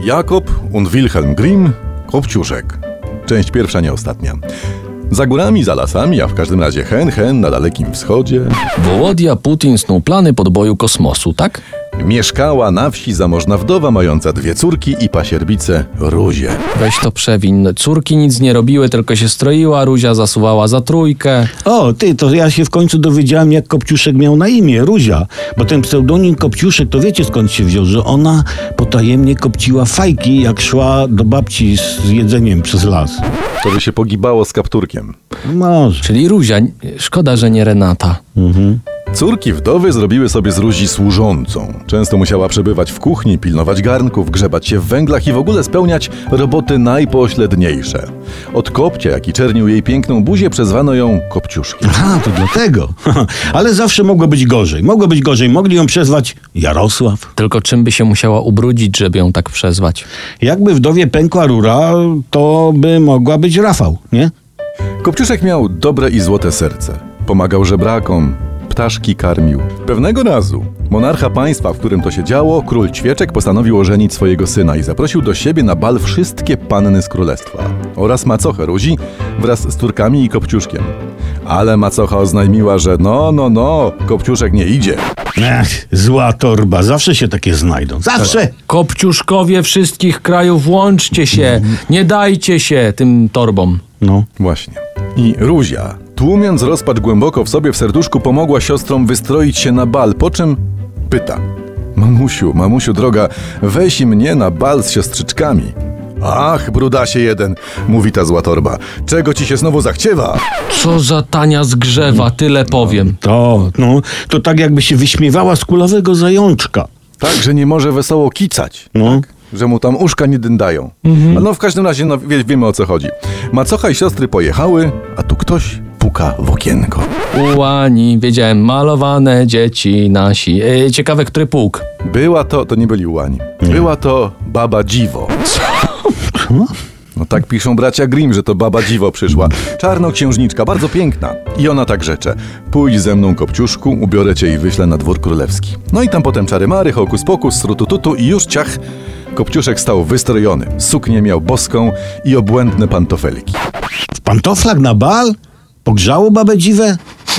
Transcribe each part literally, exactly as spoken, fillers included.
Jakob und Wilhelm Grimm, Kopciuszek. Część pierwsza, nie ostatnia. Za górami, za lasami, a w każdym razie hen, hen na Dalekim Wschodzie. Wołodia Putin snuł plany podboju kosmosu, tak? Mieszkała na wsi zamożna wdowa mająca dwie córki i pasierbicę Ruzię. Weź to przewin. Córki nic nie robiły, tylko się stroiła, Ruzia zasuwała za trójkę. O, ty, to ja się w końcu dowiedziałem, jak Kopciuszek miał na imię, Ruzia. Bo ten pseudonim Kopciuszek, to wiecie skąd się wziął, że ona potajemnie kopciła fajki, jak szła do babci z jedzeniem przez las. To by się pogibało z kapturkiem. Może. Czyli Ruzia. Szkoda, że nie Renata. Mhm. Córki wdowy zrobiły sobie z Ruzi służącą. Często musiała przebywać w kuchni, pilnować garnków, grzebać się w węglach i w ogóle spełniać roboty najpośledniejsze. Od kopcia, jaki czernił jej piękną buzię, przezwano ją Kopciuszkiem. A, to dlatego. Ale zawsze mogło być gorzej. Mogło być gorzej. Mogli ją przezwać Jarosław. Tylko czym by się musiała ubrudzić, żeby ją tak przezwać? Jakby wdowie pękła rura, to by mogła być Rafał, nie? Kopciuszek miał dobre i złote serce. Pomagał żebrakom, ptaszki karmił. Pewnego razu monarcha państwa, w którym to się działo, król Ćwieczek, postanowił ożenić swojego syna i zaprosił do siebie na bal wszystkie panny z królestwa oraz macochę Ruzi wraz z córkami i Kopciuszkiem. Ale macocha oznajmiła, że no, no, no, Kopciuszek nie idzie. Ech, zła torba. Zawsze się takie znajdą. Zawsze! Kopciuszkowie wszystkich krajów, łączcie się. Nie dajcie się tym torbom. No. Właśnie. I Ruzia, tłumiąc rozpacz głęboko w sobie w serduszku, pomogła siostrom wystroić się na bal, po czym pyta: Mamusiu, mamusiu droga, weź mnie na bal z siostrzyczkami. Ach, brudasie jeden, mówi ta zła torba. Czego ci się znowu zachciewa? Co za tania zgrzewa, tyle powiem. To, no, to tak jakby się wyśmiewała z kulawego zajączka. Tak, że nie może wesoło kicać. No. Tak? Że mu tam uszka nie dyndają. Mhm. No w każdym razie no, wie, wiemy, o co chodzi. Macocha i siostry pojechały, a tu ktoś puka w okienko. Ułani, wiedziałem, malowane dzieci nasi. E, ciekawe, który pułk. Była to, to nie byli ułani. Była to baba Dziwo. No tak piszą bracia Grimm, że to baba Dziwo przyszła. Czarnoksiężniczka, bardzo piękna. I ona tak rzecze: pójdź ze mną, Kopciuszku, ubiorę cię i wyślę na dwór królewski. No i tam potem czary-mary, hokus pokus, srutututu i już ciach, Kopciuszek stał wystrojony. Suknię miał boską i obłędne pantofelki. W pantoflach na bal? Pogrzało babę dziwę?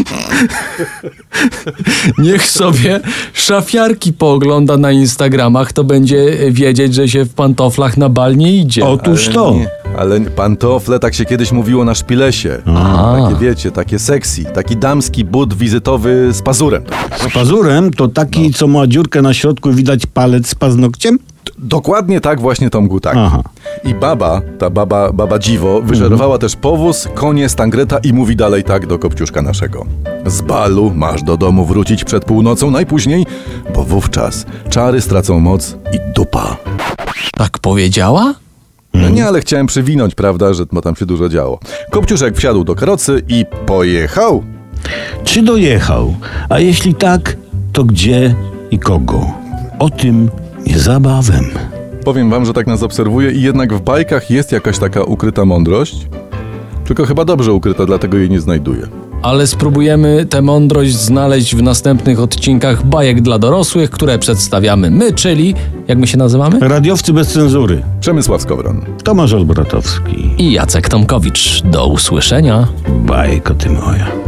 Niech sobie szafiarki poogląda na Instagramach, to będzie wiedzieć, że się w pantoflach na bal nie idzie. Otóż Ale to. nie, ale pantofle, tak się kiedyś mówiło na szpilesie. Aha. Takie wiecie, takie sexy, taki damski but wizytowy z pazurem. Z pazurem to taki, co ma dziurkę na środku i widać palec z paznokciem? Dokładnie tak, właśnie Tomku, tak. Aha. I baba, ta baba, baba Dziwo, wyżerowała też powóz, konie, stangreta i mówi dalej tak do Kopciuszka naszego: z balu masz do domu wrócić przed północą najpóźniej, bo wówczas czary stracą moc i dupa. Tak powiedziała? No nie, ale chciałem przywinąć, prawda, że bo tam się dużo działo. Kopciuszek wsiadł do karocy i pojechał. Czy dojechał? A jeśli tak, to gdzie i kogo? O tym niezabawem. Powiem wam, że tak nas obserwuje i jednak w bajkach jest jakaś taka ukryta mądrość, tylko chyba dobrze ukryta, dlatego jej nie znajduję. Ale spróbujemy tę mądrość znaleźć w następnych odcinkach bajek dla dorosłych, które przedstawiamy my, czyli, jak my się nazywamy? Radiowcy bez cenzury. Przemysław Skowron. Tomasz Olbratowski. I Jacek Tomkowicz. Do usłyszenia. Bajko ty moja.